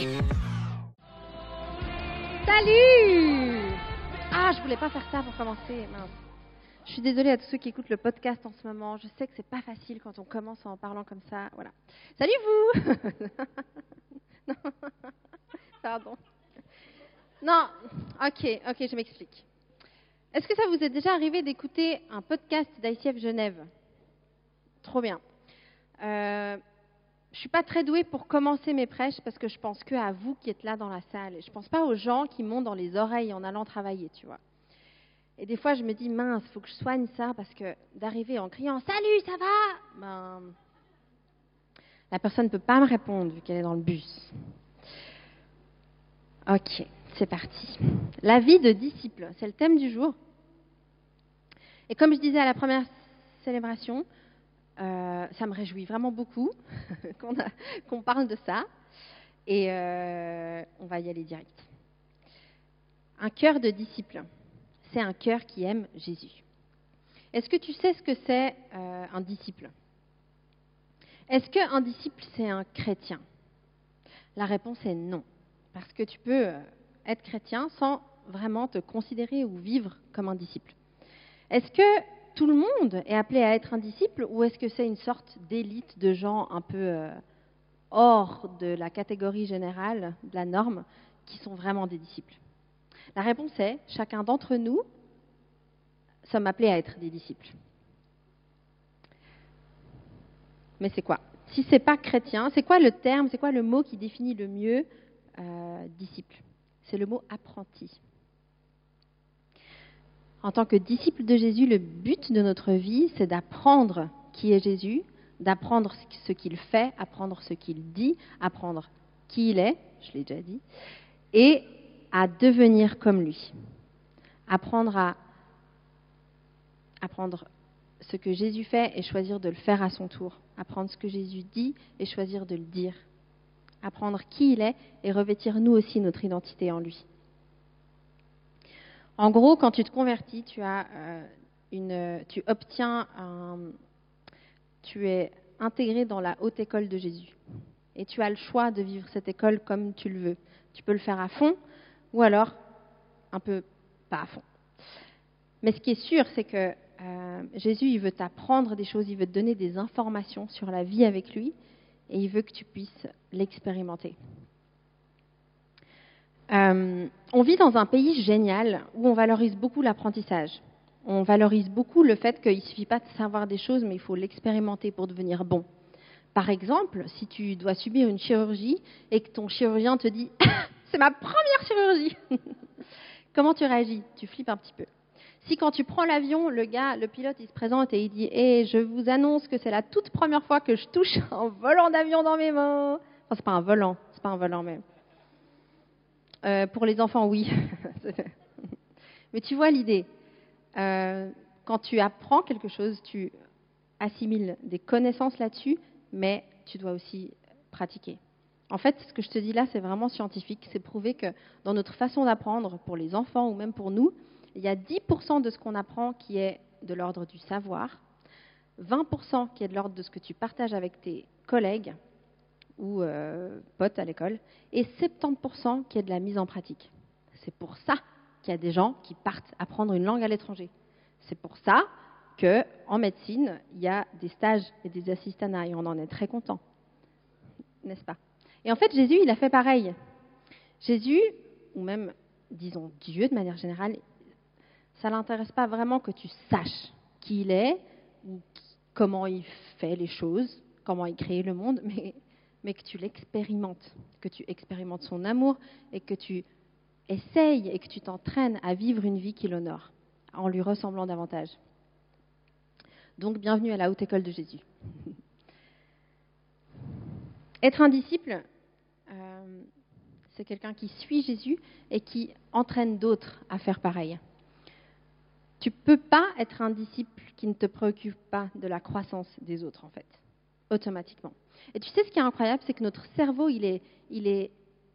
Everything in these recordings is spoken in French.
Salut! Ah, je voulais pas faire ça pour commencer, mince. Je suis désolée à tous ceux qui écoutent le podcast en ce moment. Je sais que c'est pas facile quand on commence en parlant comme ça. Voilà. Salut vous! Non. Pardon. Non, ok, je m'explique. Est-ce que ça vous est déjà arrivé d'écouter un podcast d'ICF Genève? Trop bien. Je suis pas très douée pour commencer mes prêches parce que je pense que à vous qui êtes là dans la salle. Et je pense pas aux gens qui m'ont dans les oreilles en allant travailler, tu vois. Et des fois, je me dis, mince, faut que je soigne ça parce que d'arriver en criant « Salut, ça va ?» ben, la personne ne peut pas me répondre vu qu'elle est dans le bus. Ok, c'est parti. La vie de disciple, c'est le thème du jour. Et comme je disais à la première célébration, ça me réjouit vraiment beaucoup qu'on parle de ça. Et on va y aller direct. Un cœur de disciple, c'est un cœur qui aime Jésus. Est-ce que tu sais ce que c'est un disciple? Est-ce qu'un disciple, c'est un chrétien? La réponse est non. Parce que tu peux être chrétien sans vraiment te considérer ou vivre comme un disciple. Est-ce que tout le monde est appelé à être un disciple ou est-ce que c'est une sorte d'élite de gens un peu hors de la catégorie générale, de la norme, qui sont vraiment des disciples? La réponse est, chacun d'entre nous sommes appelés à être des disciples. Mais c'est quoi? Si ce n'est pas chrétien, c'est quoi le terme, c'est quoi le mot qui définit le mieux disciple? C'est le mot apprenti. En tant que disciple de Jésus, le but de notre vie, c'est d'apprendre qui est Jésus, d'apprendre ce qu'il fait, apprendre ce qu'il dit, apprendre qui il est, je l'ai déjà dit, et à devenir comme lui. Apprendre ce que Jésus fait et choisir de le faire à son tour. Apprendre ce que Jésus dit et choisir de le dire. Apprendre qui il est et revêtir nous aussi notre identité en lui. En gros, quand tu te convertis, tu es intégré dans la haute école de Jésus. Et tu as le choix de vivre cette école comme tu le veux. Tu peux le faire à fond ou alors un peu pas à fond. Mais ce qui est sûr, c'est que Jésus, il veut t'apprendre des choses, il veut te donner des informations sur la vie avec lui et il veut que tu puisses l'expérimenter. On vit dans un pays génial où on valorise beaucoup l'apprentissage. On valorise beaucoup le fait qu'il ne suffit pas de savoir des choses, mais il faut l'expérimenter pour devenir bon. Par exemple, si tu dois subir une chirurgie et que ton chirurgien te dit « c'est ma première chirurgie !» Comment tu réagis? Tu flippes un petit peu. Si quand tu prends l'avion, le pilote, il se présente et il dit « je vous annonce que c'est la toute première fois que je touche un volant d'avion dans mes mains. » Enfin, c'est pas un volant même. Pour les enfants, oui. Mais tu vois l'idée. Quand tu apprends quelque chose, tu assimiles des connaissances là-dessus, mais tu dois aussi pratiquer. En fait, ce que je te dis là, c'est vraiment scientifique. C'est prouvé que dans notre façon d'apprendre, pour les enfants ou même pour nous, il y a 10% de ce qu'on apprend qui est de l'ordre du savoir, 20% qui est de l'ordre de ce que tu partages avec tes collègues ou potes à l'école, et 70% qui est de la mise en pratique. C'est pour ça qu'il y a des gens qui partent apprendre une langue à l'étranger. C'est pour ça qu'en médecine, il y a des stages et des assistanats, et on en est très content, n'est-ce pas? Et en fait, Jésus, il a fait pareil. Jésus, ou même, disons, Dieu de manière générale, ça ne l'intéresse pas vraiment que tu saches qui il est, ou comment il fait les choses, comment il crée le monde, mais que tu l'expérimentes, que tu expérimentes son amour et que tu essayes et que tu t'entraînes à vivre une vie qui l'honore, en lui ressemblant davantage. Donc, bienvenue à la haute école de Jésus. Être un disciple, c'est quelqu'un qui suit Jésus et qui entraîne d'autres à faire pareil. Tu ne peux pas être un disciple qui ne te préoccupe pas de la croissance des autres, en fait, automatiquement. Et tu sais ce qui est incroyable, c'est que notre cerveau, il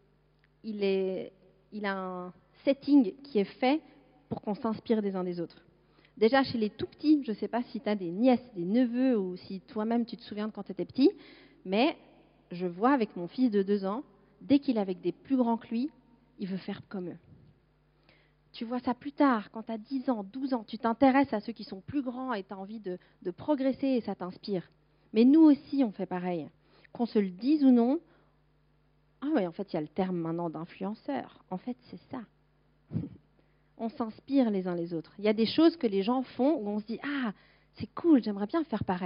a un setting qui est fait pour qu'on s'inspire des uns des autres. Déjà, chez les tout petits, je ne sais pas si tu as des nièces, des neveux, ou si toi-même tu te souviens de quand tu étais petit, mais je vois avec mon fils de 2 ans, dès qu'il est avec des plus grands que lui, il veut faire comme eux. Tu vois ça plus tard, quand tu as 10 ans, 12 ans, tu t'intéresses à ceux qui sont plus grands et tu as envie de progresser et ça t'inspire. Mais nous aussi, on fait pareil. Qu'on se le dise ou non, ah oui, en fait, il y a le terme maintenant d'influenceur. En fait, c'est ça. On s'inspire les uns les autres. Il y a des choses que les gens font où on se dit « Ah, c'est cool, j'aimerais bien faire pareil ».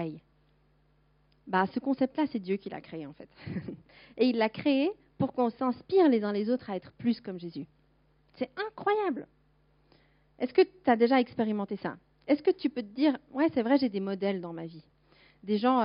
Ce concept-là, c'est Dieu qui l'a créé, en fait. Et il l'a créé pour qu'on s'inspire les uns les autres à être plus comme Jésus. C'est incroyable. Est-ce que tu as déjà expérimenté ça? Est-ce que tu peux te dire « Ouais, c'est vrai, j'ai des modèles dans ma vie. Des gens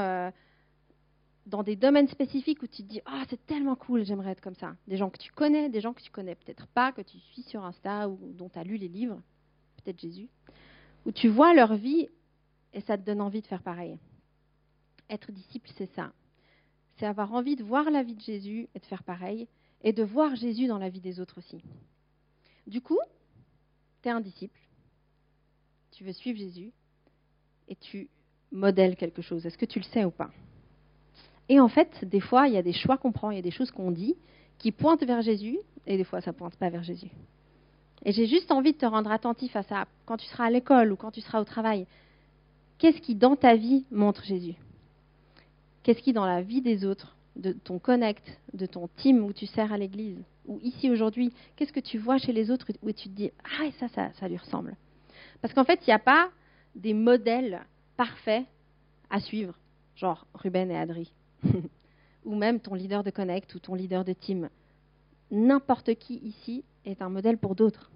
dans des domaines spécifiques où tu te dis « Ah, c'est tellement cool, j'aimerais être comme ça. » Des gens que tu connais, des gens que tu connais peut-être pas, que tu suis sur Insta ou dont tu as lu les livres, peut-être Jésus, où tu vois leur vie et ça te donne envie de faire pareil. Être disciple, c'est ça. C'est avoir envie de voir la vie de Jésus et de faire pareil, et de voir Jésus dans la vie des autres aussi. Du coup, tu es un disciple, tu veux suivre Jésus, et tu modèles quelque chose. Est-ce que tu le sais ou pas? Et en fait, des fois, il y a des choix qu'on prend, il y a des choses qu'on dit qui pointent vers Jésus, et des fois, ça ne pointe pas vers Jésus. Et j'ai juste envie de te rendre attentif à ça. Quand tu seras à l'école ou quand tu seras au travail, qu'est-ce qui, dans ta vie, montre Jésus? Qu'est-ce qui, dans la vie des autres, de ton connect, de ton team où tu sers à l'église, ou ici aujourd'hui, qu'est-ce que tu vois chez les autres où tu te dis « Ah, ça lui ressemble ». Parce qu'en fait, il n'y a pas des modèles parfaits à suivre, genre Ruben et Adri, ou même ton leader de connect ou ton leader de team. N'importe qui ici est un modèle pour d'autres.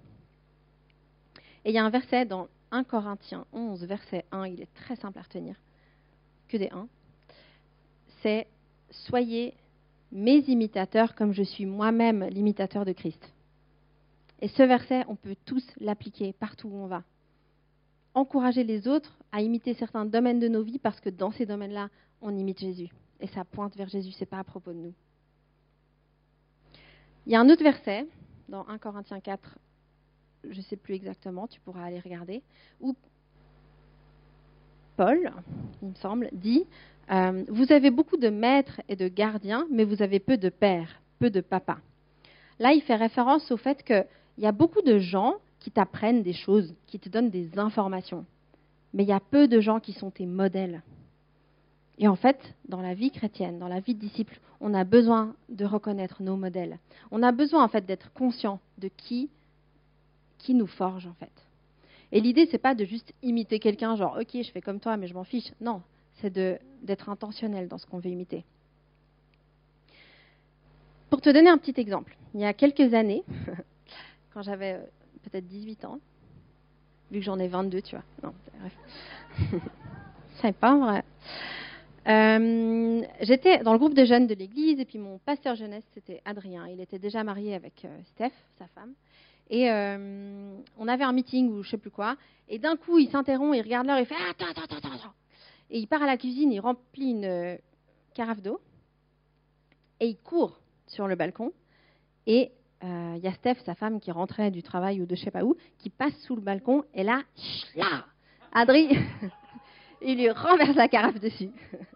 Et il y a un verset dans 1 Corinthiens 11, verset 1, il est très simple à retenir, que des 1. C'est « Soyez mes imitateurs comme je suis moi-même l'imitateur de Christ ». Et ce verset, on peut tous l'appliquer partout où on va. Encourager les autres à imiter certains domaines de nos vies parce que dans ces domaines-là, on imite Jésus. Et ça pointe vers Jésus, ce n'est pas à propos de nous. Il y a un autre verset, dans 1 Corinthiens 4, je ne sais plus exactement, tu pourras aller regarder, où Paul, il me semble, dit vous avez beaucoup de maîtres et de gardiens, mais vous avez peu de pères, peu de papas. Là, il fait référence au fait qu'il y a beaucoup de gens qui t'apprennent des choses, qui te donnent des informations, mais il y a peu de gens qui sont tes modèles. Et en fait, dans la vie chrétienne, dans la vie de disciple, on a besoin de reconnaître nos modèles. On a besoin en fait d'être conscient de qui nous forge en fait. Et l'idée, c'est pas de juste imiter quelqu'un, genre ok, je fais comme toi, mais je m'en fiche. Non, c'est d'être intentionnel dans ce qu'on veut imiter. Pour te donner un petit exemple, il y a quelques années, quand j'avais peut-être 18 ans, vu que j'en ai 22, tu vois. Non, bref. C'est pas vrai. J'étais dans le groupe de jeunes de l'église, et puis mon pasteur jeunesse, c'était Adrien. Il était déjà marié avec Steph, sa femme. Et on avait un meeting ou je sais plus quoi, et d'un coup, il s'interrompt, il regarde l'heure, il fait attends. Et il part à la cuisine, il remplit une carafe d'eau, et il court sur le balcon. Et il y a Steph, sa femme, qui rentrait du travail ou de je sais pas où, qui passe sous le balcon, et là, Adri, il lui renverse la carafe dessus.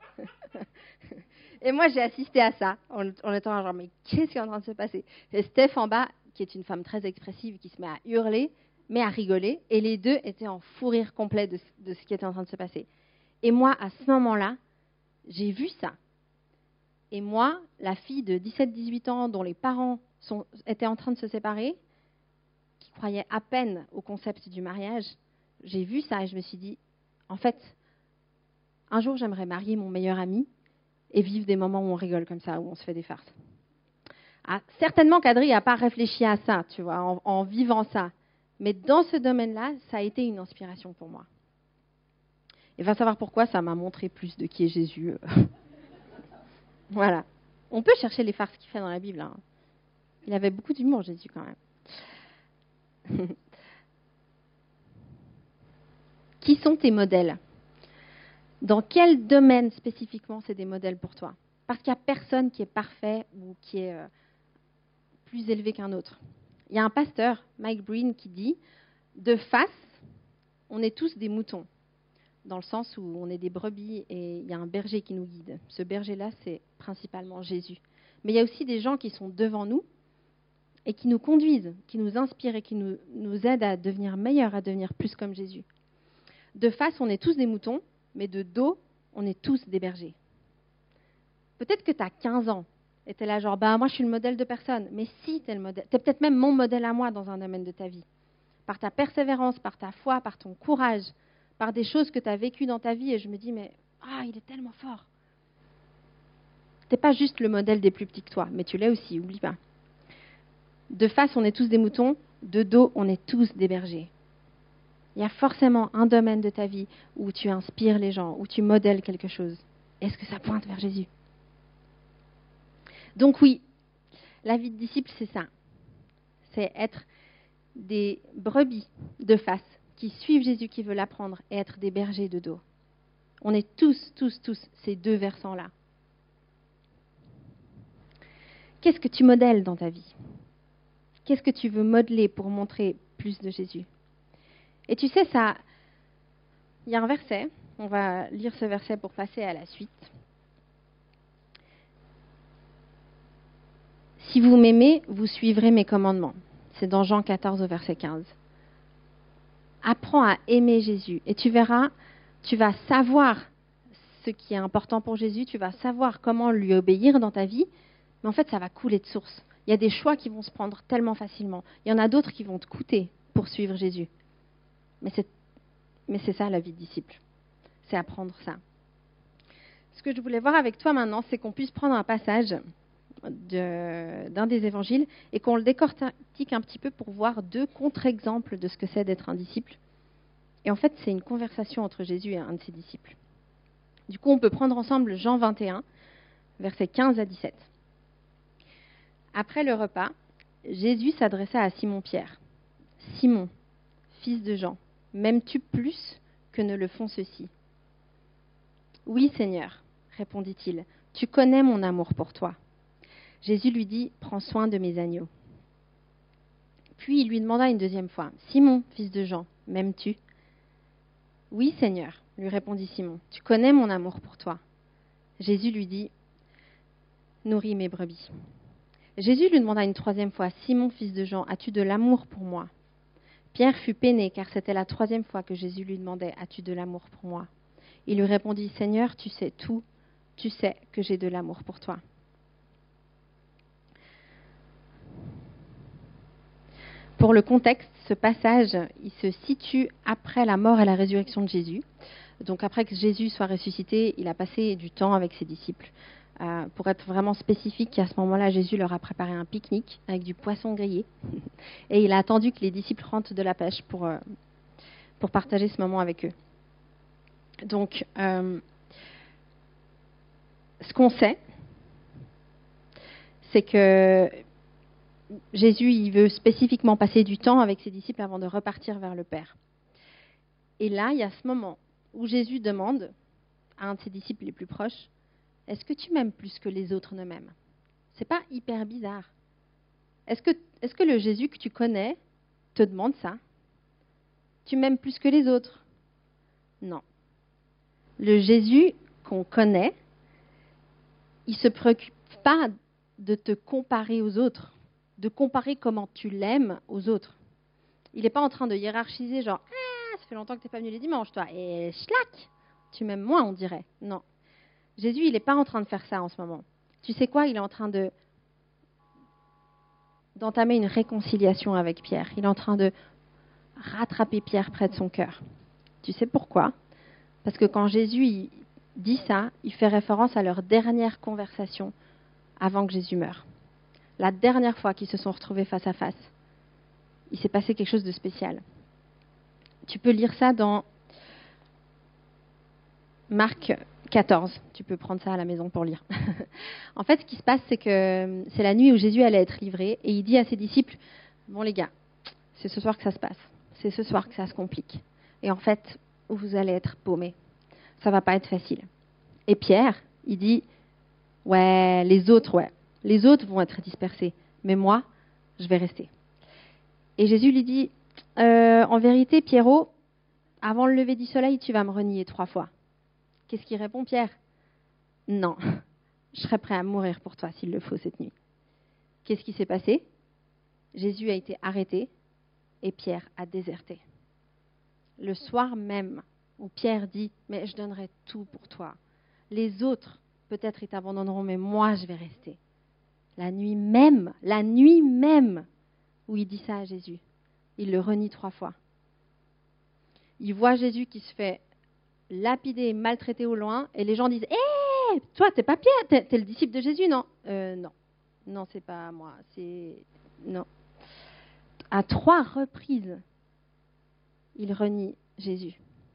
Et moi, j'ai assisté à ça, en étant genre, mais qu'est-ce qui est en train de se passer? Et Steph en bas, qui est une femme très expressive, qui se met à hurler, mais à rigoler, et les deux étaient en fou rire complet de ce qui était en train de se passer. Et moi, à ce moment-là, j'ai vu ça. Et moi, la fille de 17-18 ans, dont les parents étaient en train de se séparer, qui croyait à peine au concept du mariage, j'ai vu ça et je me suis dit, en fait, un jour j'aimerais marier mon meilleur ami et vivre des moments où on rigole comme ça, où on se fait des farces. Ah, certainement qu'Adri n'a pas réfléchi à ça, tu vois, en vivant ça. Mais dans ce domaine-là, ça a été une inspiration pour moi. Et va savoir pourquoi ça m'a montré plus de qui est Jésus. Voilà. On peut chercher les farces qu'il fait dans la Bible. Hein. Il avait beaucoup d'humour, Jésus, quand même. Qui sont tes modèles? Dans quel domaine spécifiquement c'est des modèles pour toi? Parce qu'il n'y a personne qui est parfait ou qui est plus élevé qu'un autre. Il y a un pasteur, Mike Breen, qui dit « De face, on est tous des moutons ». Dans le sens où on est des brebis et il y a un berger qui nous guide. Ce berger-là, c'est principalement Jésus. Mais il y a aussi des gens qui sont devant nous et qui nous conduisent, qui nous inspirent et qui nous aident à devenir meilleurs, à devenir plus comme Jésus. De face, on est tous des moutons, mais de dos, on est tous des bergers. Peut-être que tu as 15 ans et tu es là genre, moi je suis le modèle de personne. Mais si, tu es le modèle, tu es peut-être même mon modèle à moi dans un domaine de ta vie. Par ta persévérance, par ta foi, par ton courage, par des choses que tu as vécues dans ta vie. Et je me dis, mais il est tellement fort. Tu n'es pas juste le modèle des plus petits que toi, mais tu l'es aussi, oublie pas. De face, on est tous des moutons. De dos, on est tous des bergers. Il y a forcément un domaine de ta vie où tu inspires les gens, où tu modèles quelque chose. Est-ce que ça pointe vers Jésus ? Donc oui, la vie de disciple, c'est ça. C'est être des brebis de face qui suivent Jésus, qui veulent l'apprendre, et être des bergers de dos. On est tous ces deux versants-là. Qu'est-ce que tu modèles dans ta vie ? Qu'est-ce que tu veux modeler pour montrer plus de Jésus ? Et tu sais, il y a un verset, on va lire ce verset pour passer à la suite. Si vous m'aimez, vous suivrez mes commandements. C'est dans Jean 14 au verset 15. Apprends à aimer Jésus et tu verras, tu vas savoir ce qui est important pour Jésus, tu vas savoir comment lui obéir dans ta vie, mais en fait, ça va couler de source. Il y a des choix qui vont se prendre tellement facilement. Il y en a d'autres qui vont te coûter pour suivre Jésus. Mais c'est ça la vie de disciple. C'est apprendre ça. Ce que je voulais voir avec toi maintenant, c'est qu'on puisse prendre un passage d'un des évangiles et qu'on le décortique un petit peu pour voir deux contre-exemples de ce que c'est d'être un disciple. Et en fait, c'est une conversation entre Jésus et un de ses disciples. Du coup, on peut prendre ensemble Jean 21, versets 15 à 17. Après le repas, Jésus s'adressa à Simon-Pierre. « Simon, fils de Jean, m'aimes-tu plus que ne le font ceux-ci ?»« Oui, Seigneur, répondit-il, tu connais mon amour pour toi. » Jésus lui dit, « Prends soin de mes agneaux. » Puis il lui demanda une deuxième fois, « Simon, fils de Jean, m'aimes-tu » ?« Oui, Seigneur, lui répondit Simon, tu connais mon amour pour toi. » Jésus lui dit, « Nourris mes brebis. » Jésus lui demanda une troisième fois, « Simon, fils de Jean, as-tu de l'amour pour moi ?» Pierre fut peiné, car c'était la troisième fois que Jésus lui demandait, « As-tu de l'amour pour moi ?» Il lui répondit, « Seigneur, tu sais tout, tu sais que j'ai de l'amour pour toi. » Pour le contexte, ce passage, il se situe après la mort et la résurrection de Jésus. Donc après que Jésus soit ressuscité, il a passé du temps avec ses disciples. Pour être vraiment spécifique, à ce moment-là, Jésus leur a préparé un pique-nique avec du poisson grillé. Et il a attendu que les disciples rentrent de la pêche pour partager ce moment avec eux. Donc, ce qu'on sait, c'est que Jésus, il veut spécifiquement passer du temps avec ses disciples avant de repartir vers le Père. Et là, il y a ce moment où Jésus demande à un de ses disciples les plus proches, « Est-ce que tu m'aimes plus que les autres ne m'aiment ?» C'est pas hyper bizarre. Est-ce que le Jésus que tu connais te demande ça ? Tu m'aimes plus que les autres ? Non. Le Jésus qu'on connaît, il ne se préoccupe pas de te comparer aux autres, de comparer comment tu l'aimes aux autres. Il n'est pas en train de hiérarchiser, genre « ça fait longtemps que tu n'es pas venu les dimanches, toi, et schlac, tu m'aimes moins, on dirait. » Non. Jésus, il n'est pas en train de faire ça en ce moment. Tu sais quoi ? Il est en train d'entamer une réconciliation avec Pierre. Il est en train de rattraper Pierre près de son cœur. Tu sais pourquoi ? Parce que quand Jésus dit ça, il fait référence à leur dernière conversation avant que Jésus meure. La dernière fois qu'ils se sont retrouvés face à face, il s'est passé quelque chose de spécial. Tu peux lire ça dans Marc 14. Tu peux prendre ça à la maison pour lire. En fait, ce qui se passe, c'est que c'est la nuit où Jésus allait être livré et il dit à ses disciples, « Bon les gars, c'est ce soir que ça se passe. C'est ce soir que ça se complique. Et en fait, vous allez être paumés. Ça va pas être facile. » Et Pierre, il dit, « Ouais, les autres vont être dispersés. Mais moi, je vais rester. » Et Jésus lui dit, « En vérité, Pierrot, avant le lever du soleil, tu vas me renier 3 fois. » Qu'est-ce qu'il répond, Pierre ? Non, je serais prêt à mourir pour toi s'il le faut cette nuit. Qu'est-ce qui s'est passé? Jésus a été arrêté et Pierre a déserté. Le soir même où Pierre dit « Mais je donnerai tout pour toi. Les autres, peut-être, ils t'abandonneront, mais moi, je vais rester. » La nuit même où il dit ça à Jésus, il le renie 3 fois. Il voit Jésus qui se fait lapider et maltraiter au loin, et les gens disent « Hé, toi, t'es pas Pierre, t'es le disciple de Jésus, non ?» Non. Non, c'est pas moi. Non. À 3 reprises, il renie Jésus.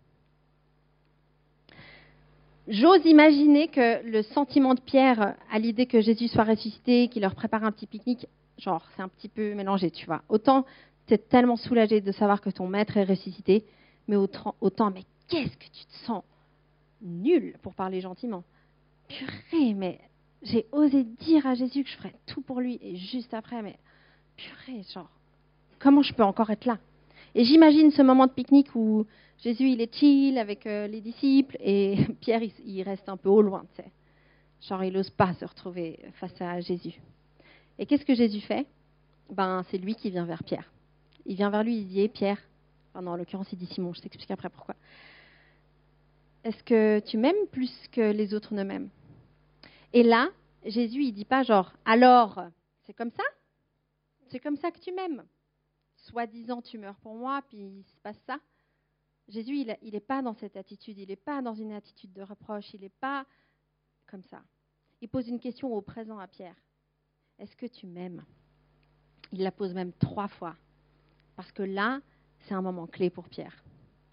J'ose imaginer que le sentiment de Pierre à l'idée que Jésus soit ressuscité, qu'il leur prépare un petit pique-nique, genre, c'est un petit peu mélangé, tu vois. Autant, tu es tellement soulagé de savoir que ton maître est ressuscité, mais autant, mais qu'est-ce que tu te sens nul, pour parler gentiment. Purée, mais j'ai osé dire à Jésus que je ferais tout pour lui, et juste après, mais purée, genre, comment je peux encore être là? Et j'imagine ce moment de pique-nique où Jésus, il est chill avec les disciples et Pierre, il reste un peu au loin, tu sais. Genre, il n'ose pas se retrouver face à Jésus. Et qu'est-ce que Jésus fait? C'est lui qui vient vers Pierre. Il vient vers lui, il dit, hey, Pierre, enfin non, en l'occurrence, il dit Simon, je t'explique après pourquoi. Est-ce que tu m'aimes plus que les autres ne m'aiment? Et là, Jésus, il dit pas genre, alors, c'est comme ça? C'est comme ça que tu m'aimes? Soi-disant, tu meurs pour moi, puis il se passe ça? Jésus, il n'est pas dans cette attitude, il n'est pas dans une attitude de reproche, il n'est pas comme ça. Il pose une question au présent à Pierre. Est-ce que tu m'aimes? Il la pose même 3 fois, parce que là, c'est un moment clé pour Pierre.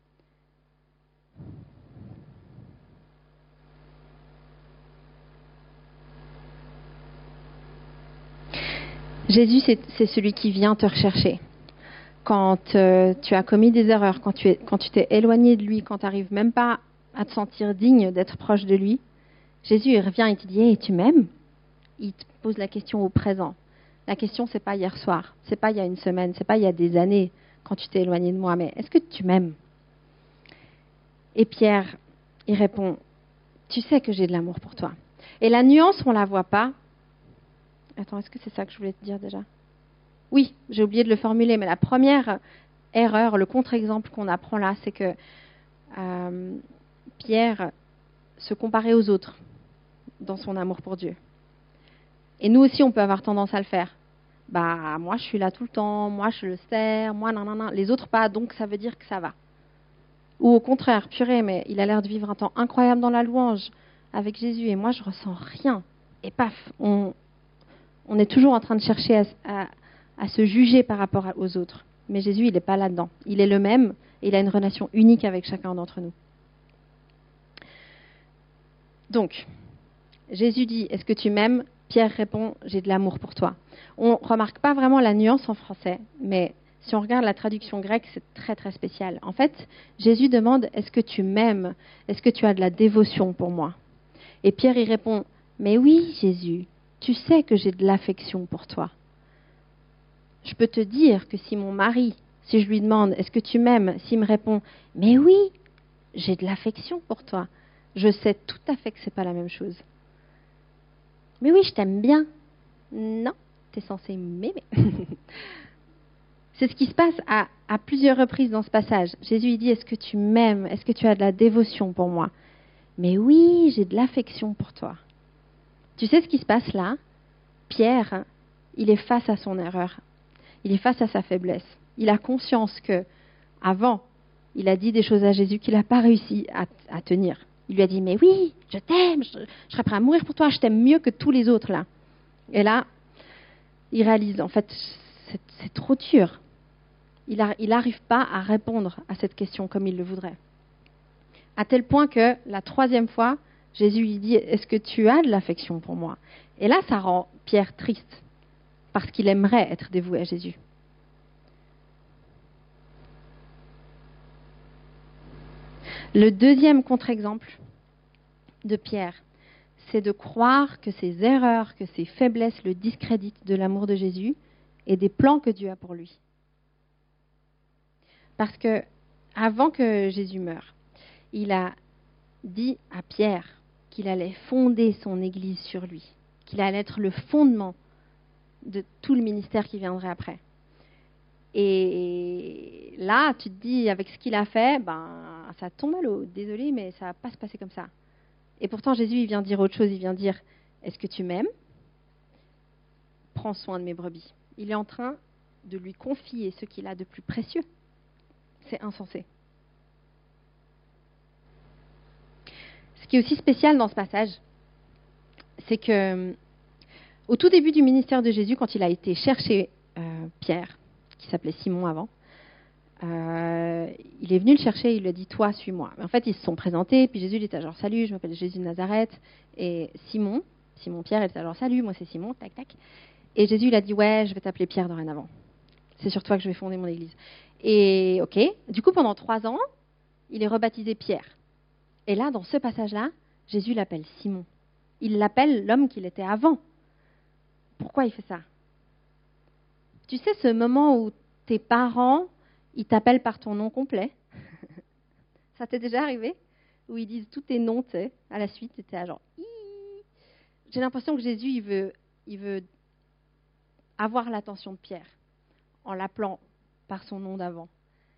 Jésus, c'est celui qui vient te rechercher. Quand tu as commis des erreurs, quand tu t'es éloigné de lui, quand tu n'arrives même pas à te sentir digne d'être proche de lui, Jésus, il revient et te dit « Hey, tu m'aimes ?» Il te pose la question au présent. La question, c'est pas hier soir, c'est pas il y a une semaine, c'est pas il y a des années quand tu t'es éloigné de moi, mais est-ce que tu m'aimes? Et Pierre, il répond « Tu sais que j'ai de l'amour pour toi. » Et la nuance, on la voit pas. Attends, est-ce que c'est ça que je voulais te dire déjà? Oui, j'ai oublié de le formuler, mais la première erreur, le contre-exemple qu'on apprend là, c'est que Pierre se comparait aux autres dans son amour pour Dieu. Et nous aussi, on peut avoir tendance à le faire. Moi, je suis là tout le temps, moi, je le sers, moi, non, les autres pas, donc ça veut dire que ça va. Ou au contraire, purée, mais il a l'air de vivre un temps incroyable dans la louange avec Jésus, et moi, je ressens rien. Et paf, on est toujours en train de chercher à se juger par rapport aux autres. Mais Jésus, il n'est pas là-dedans. Il est le même, et il a une relation unique avec chacun d'entre nous. Donc, Jésus dit, est-ce que tu m'aimes? Pierre répond, j'ai de l'amour pour toi. On ne remarque pas vraiment la nuance en français, mais si on regarde la traduction grecque, c'est très très spécial. En fait, Jésus demande, est-ce que tu m'aimes? Est-ce que tu as de la dévotion pour moi? Et Pierre y répond, mais oui Jésus, tu sais que j'ai de l'affection pour toi. Je peux te dire que si mon mari, si je lui demande, est-ce que tu m'aimes? S'il me répond, mais oui, j'ai de l'affection pour toi. Je sais tout à fait que ce n'est pas la même chose. Mais oui, je t'aime bien. Non, tu es censé m'aimer. C'est ce qui se passe à plusieurs reprises dans ce passage. Jésus il dit, est-ce que tu m'aimes? Est-ce que tu as de la dévotion pour moi? Mais oui, j'ai de l'affection pour toi. Tu sais ce qui se passe là? Pierre, il est face à son erreur. Il est face à sa faiblesse. Il a conscience que, avant, il a dit des choses à Jésus qu'il n'a pas réussi à tenir. Il lui a dit, mais oui, je t'aime, je serais prêt à mourir pour toi, je t'aime mieux que tous les autres là. Et là, il réalise, en fait, c'est trop dur. Il n'arrive pas à répondre à cette question comme il le voudrait. À tel point que, la 3e fois, Jésus lui dit, est-ce que tu as de l'affection pour moi? Et là, ça rend Pierre triste, parce qu'il aimerait être dévoué à Jésus. Le 2e contre-exemple de Pierre, c'est de croire que ses erreurs, que ses faiblesses le discréditent de l'amour de Jésus et des plans que Dieu a pour lui. Parce que, avant que Jésus meure, il a dit à Pierre qu'il allait fonder son Église sur lui, qu'il allait être le fondement de tout le ministère qui viendrait après. Et là, tu te dis, avec ce qu'il a fait, ça tombe à l'eau. Désolé, mais ça ne va pas se passer comme ça. Et pourtant, Jésus, il vient dire autre chose. Il vient dire, est-ce que tu m'aimes ? Prends soin de mes brebis. Il est en train de lui confier ce qu'il a de plus précieux. C'est insensé. Ce qui est aussi spécial dans ce passage, c'est que au tout début du ministère de Jésus, quand il a été chercher Pierre, qui s'appelait Simon avant, il est venu le chercher, il lui a dit « Toi, suis-moi ». En fait, ils se sont présentés, puis Jésus il était genre « Salut, je m'appelle Jésus de Nazareth ». Et Simon Pierre, il était genre « Salut, moi c'est Simon, tac, tac ». Et Jésus il a dit « Ouais, je vais t'appeler Pierre dorénavant. C'est sur toi que je vais fonder mon église ». Et ok, du coup, pendant 3 ans, il est rebaptisé Pierre. Et là, dans ce passage-là, Jésus l'appelle Simon. Il l'appelle l'homme qu'il était avant. Pourquoi il fait ça ? Tu sais, ce moment où tes parents, ils t'appellent par ton nom complet. Ça t'est déjà arrivé ? Où ils disent tous tes noms, tu sais, à la suite, et t'es là genre... J'ai l'impression que Jésus, il veut avoir l'attention de Pierre en l'appelant par son nom d'avant.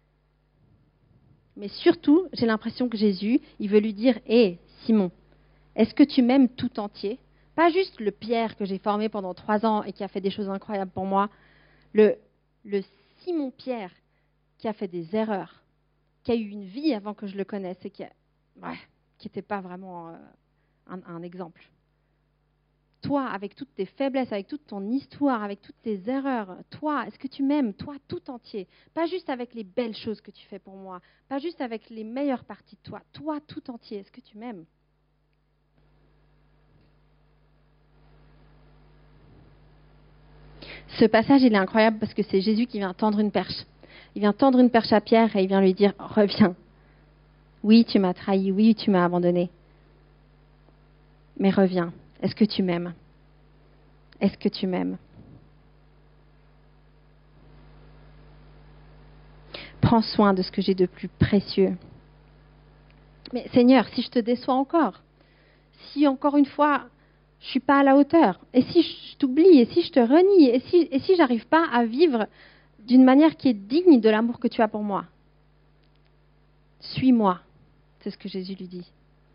Mais surtout, j'ai l'impression que Jésus, il veut lui dire « Hé, Simon, est-ce que tu m'aimes tout entier ? Pas juste le Pierre que j'ai formé pendant 3 ans et qui a fait des choses incroyables pour moi, le Simon Pierre qui a fait des erreurs, qui a eu une vie avant que je le connaisse et qui n'était pas vraiment un exemple. Toi, avec toutes tes faiblesses, avec toute ton histoire, avec toutes tes erreurs, toi, est-ce que tu m'aimes, toi, tout entier ? Pas juste avec les belles choses que tu fais pour moi, pas juste avec les meilleures parties de toi, toi, tout entier, est-ce que tu m'aimes ? Ce passage, il est incroyable parce que c'est Jésus qui vient tendre une perche. Il vient tendre une perche à Pierre et il vient lui dire « Reviens. Oui, tu m'as trahi, oui, tu m'as abandonné. Mais reviens. Est-ce que tu m'aimes ? Est-ce que tu m'aimes ? Prends soin de ce que j'ai de plus précieux. Mais Seigneur, si je te déçois encore, si encore une fois, je ne suis pas à la hauteur, et si je t'oublie, et si je te renie, et si je n'arrive pas à vivre d'une manière qui est digne de l'amour que tu as pour moi, suis-moi. C'est ce que Jésus lui dit.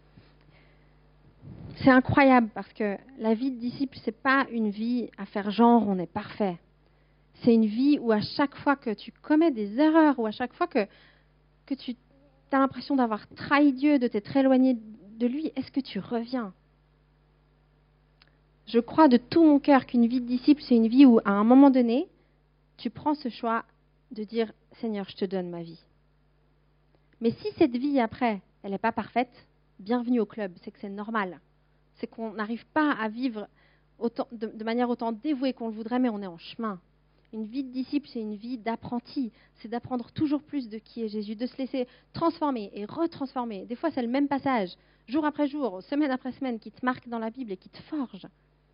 C'est incroyable parce que la vie de disciple, ce n'est pas une vie à faire genre on est parfait. C'est une vie où à chaque fois que tu commets des erreurs, ou à chaque fois que tu as l'impression d'avoir trahi Dieu, de t'être éloigné de lui, est-ce que tu reviens ? Je crois de tout mon cœur qu'une vie de disciple, c'est une vie où à un moment donné, tu prends ce choix de dire « Seigneur, je te donne ma vie ». Mais si cette vie après, elle n'est pas parfaite, bienvenue au club, c'est que c'est normal. C'est qu'on n'arrive pas à vivre de manière autant dévouée qu'on le voudrait, mais on est en chemin. Une vie de disciple, c'est une vie d'apprenti. C'est d'apprendre toujours plus de qui est Jésus, de se laisser transformer et retransformer. Des fois, c'est le même passage, jour après jour, semaine après semaine, qui te marque dans la Bible et qui te forge.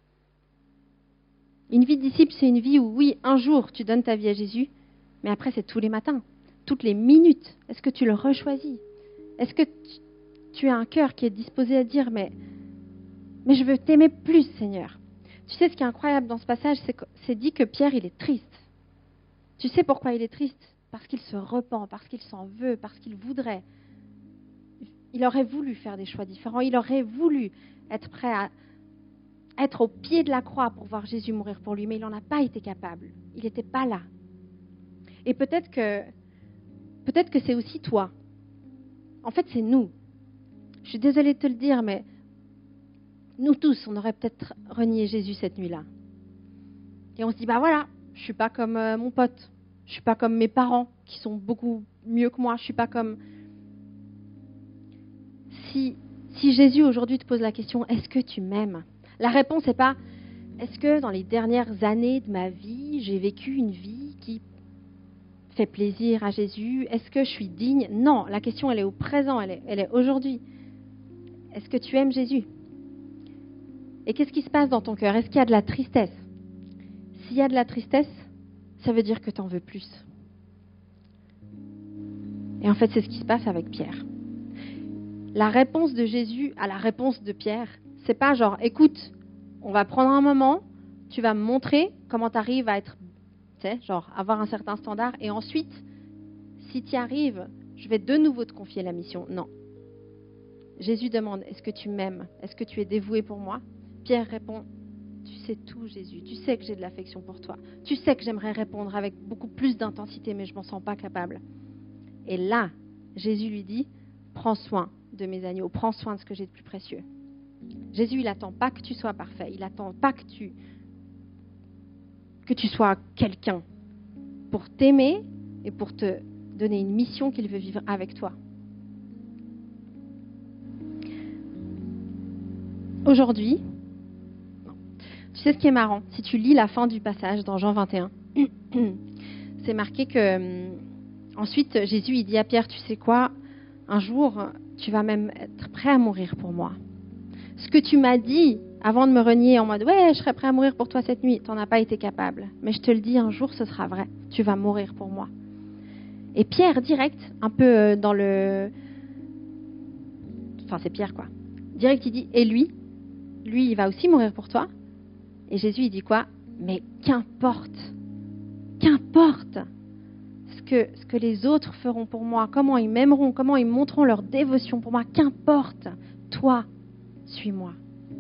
Une vie de disciple, c'est une vie où, oui, un jour, tu donnes ta vie à Jésus, mais après, c'est tous les matins, toutes les minutes. Est-ce que tu le rechoisis ? Est-ce que tu as un cœur qui est disposé à dire « Mais je veux t'aimer plus, Seigneur ». Tu sais, ce qui est incroyable dans ce passage, c'est dit que Pierre, il est triste. Tu sais pourquoi il est triste ? Parce qu'il se repent, parce qu'il s'en veut, parce qu'il voudrait. Il aurait voulu faire des choix différents. Il aurait voulu être prêt à être au pied de la croix pour voir Jésus mourir pour lui, mais il n'en a pas été capable. Il n'était pas là. Et peut-être que c'est aussi toi. En fait, c'est nous. Je suis désolée de te le dire, mais nous tous, on aurait peut-être renié Jésus cette nuit-là. Et on se dit, voilà, je ne suis pas comme mon pote. Je ne suis pas comme mes parents, qui sont beaucoup mieux que moi. Je ne suis pas comme... Si Jésus, aujourd'hui, te pose la question, est-ce que tu m'aimes ? La réponse n'est pas, est-ce que dans les dernières années de ma vie, j'ai vécu une vie qui fait plaisir à Jésus ? Est-ce que je suis digne ? Non, la question, elle est au présent, elle est aujourd'hui. Est-ce que tu aimes Jésus ? Et qu'est-ce qui se passe dans ton cœur ? Est-ce qu'il y a de la tristesse ? S'il y a de la tristesse, ça veut dire que tu en veux plus. Et en fait, c'est ce qui se passe avec Pierre. la réponse de Jésus à la réponse de Pierre, c'est pas genre, écoute, on va prendre un moment, tu vas me montrer comment tu arrives à être, tu sais, genre avoir un certain standard, et ensuite, si tu y arrives, je vais de nouveau te confier la mission. Non. Jésus demande, est-ce que tu m'aimes? Est-ce que tu es dévoué pour moi? Pierre répond, tu sais tout, Jésus. Tu sais que j'ai de l'affection pour toi. Tu sais que j'aimerais répondre avec beaucoup plus d'intensité, mais je ne m'en sens pas capable. Et là, Jésus lui dit, prends soin de mes agneaux, prends soin de ce que j'ai de plus précieux. Jésus, il n'attend pas que tu sois parfait. Il n'attend pas que tu sois quelqu'un pour t'aimer et pour te donner une mission qu'il veut vivre avec toi. Aujourd'hui, tu sais ce qui est marrant? Si tu lis la fin du passage dans Jean 21, c'est marqué que ensuite Jésus il dit à Pierre, tu sais quoi? Un jour, tu vas même être prêt à mourir pour moi. Ce que tu m'as dit avant de me renier en mode ouais, je serais prêt à mourir pour toi cette nuit, tu n'en as pas été capable. Mais je te le dis, un jour, ce sera vrai. Tu vas mourir pour moi. Et Pierre, direct, un peu dans le... Enfin, c'est Pierre, quoi. Direct, il dit, et lui, il va aussi mourir pour toi. Et Jésus, il dit quoi? Mais qu'importe ce que les autres feront pour moi, comment ils m'aimeront, comment ils montreront leur dévotion pour moi, qu'importe, toi, suis-moi.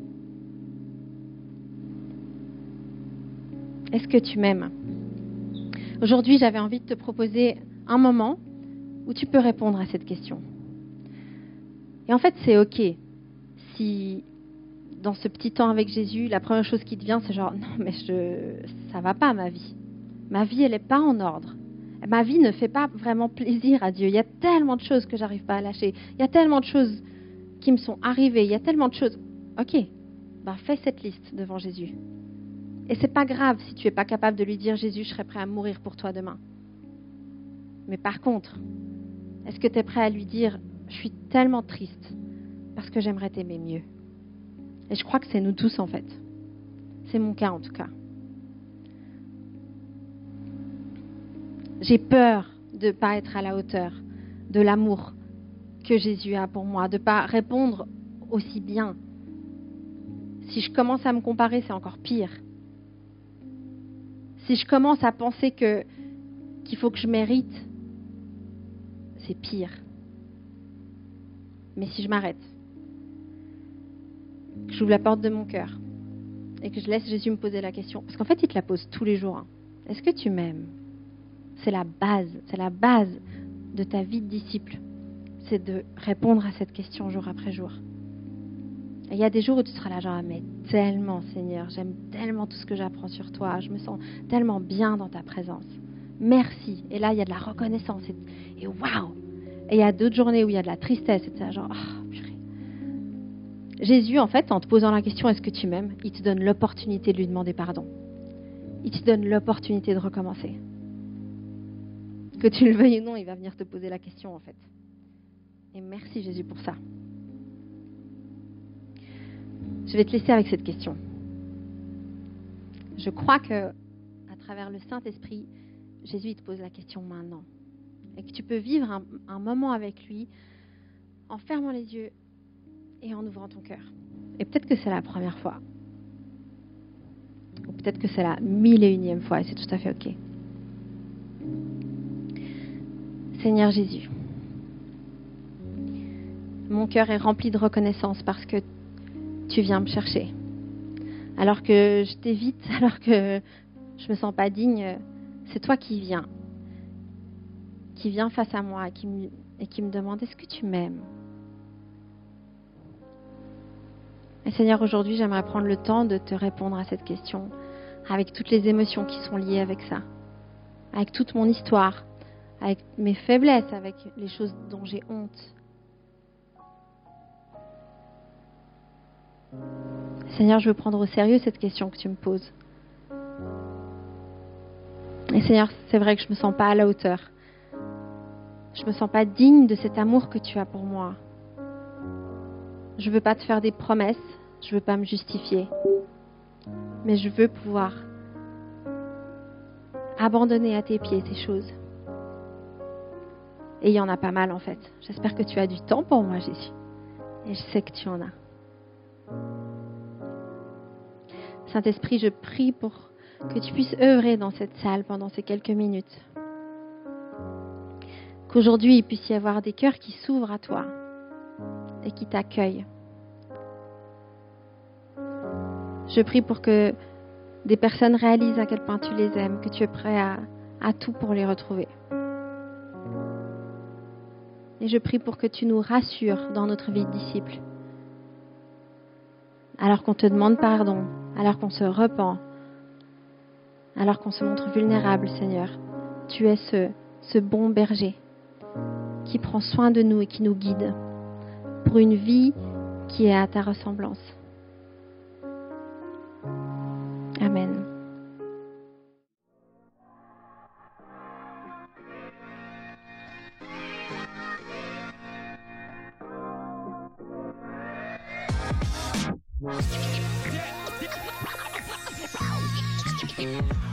Est-ce que tu m'aimes? Aujourd'hui, j'avais envie de te proposer un moment où tu peux répondre à cette question. Et en fait, c'est OK si, dans ce petit temps avec Jésus, la première chose qui te vient, c'est genre, non, mais ça va pas, ma vie. Ma vie, elle n'est pas en ordre. Ma vie ne fait pas vraiment plaisir à Dieu. Il y a tellement de choses que j'arrive pas à lâcher. Il y a tellement de choses qui me sont arrivées. Il y a tellement de choses. OK, fais cette liste devant Jésus. Et c'est pas grave si tu es pas capable de lui dire, Jésus, je serai prêt à mourir pour toi demain. Mais par contre, est-ce que tu es prêt à lui dire, je suis tellement triste parce que j'aimerais t'aimer mieux? Et je crois que c'est nous tous en fait. C'est mon cas en tout cas. J'ai peur de ne pas être à la hauteur de l'amour que Jésus a pour moi, de ne pas répondre aussi bien. Si je commence à me comparer, c'est encore pire. Si je commence à penser qu'il faut que je mérite, c'est pire. Mais si je m'arrête, que j'ouvre la porte de mon cœur et que je laisse Jésus me poser la question, parce qu'en fait, il te la pose tous les jours. Est-ce que tu m'aimes? C'est la base de ta vie de disciple. C'est de répondre à cette question jour après jour. Et il y a des jours où tu seras là, genre, mais tellement, Seigneur, j'aime tellement tout ce que j'apprends sur toi, je me sens tellement bien dans ta présence. Merci. Et là, il y a de la reconnaissance et waouh! Et il y a d'autres journées où il y a de la tristesse, et tu es genre, oh, purée. Jésus, en fait, en te posant la question, est-ce que tu m'aimes? Il te donne l'opportunité de lui demander pardon. Il te donne l'opportunité de recommencer. Que tu le veuilles ou non, il va venir te poser la question, en fait. Et merci, Jésus, pour ça. Je vais te laisser avec cette question. Je crois que, à travers le Saint-Esprit, Jésus il te pose la question maintenant. Et que tu peux vivre un moment avec lui en fermant les yeux et en ouvrant ton cœur. Et peut-être que c'est la première fois. Ou peut-être que c'est la 1001e fois et c'est tout à fait OK. Seigneur Jésus, mon cœur est rempli de reconnaissance parce que tu viens me chercher. Alors que je t'évite, alors que je me sens pas digne, c'est toi qui viens face à moi et qui me demande, est-ce que tu m'aimes? Et Seigneur, aujourd'hui, j'aimerais prendre le temps de te répondre à cette question avec toutes les émotions qui sont liées avec ça, avec toute mon histoire, avec mes faiblesses, avec les choses dont j'ai honte. Seigneur, je veux prendre au sérieux cette question que tu me poses. Et Seigneur, c'est vrai que je ne me sens pas à la hauteur. Je ne me sens pas digne de cet amour que tu as pour moi. Je ne veux pas te faire des promesses, je ne veux pas me justifier. Mais je veux pouvoir abandonner à tes pieds ces choses. Et il y en a pas mal en fait. J'espère que tu as du temps pour moi, Jésus. Et je sais que tu en as. Saint-Esprit, je prie pour que tu puisses œuvrer dans cette salle pendant ces quelques minutes. Qu'aujourd'hui, il puisse y avoir des cœurs qui s'ouvrent à toi et qui t'accueillent. Je prie pour que des personnes réalisent à quel point tu les aimes, que tu es prêt à tout pour les retrouver. Et je prie pour que tu nous rassures dans notre vie de disciple. Alors qu'on te demande pardon, alors qu'on se repent, alors qu'on se montre vulnérable, Seigneur, tu es ce bon berger qui prend soin de nous et qui nous guide pour une vie qui est à ta ressemblance. Amen. Yeah.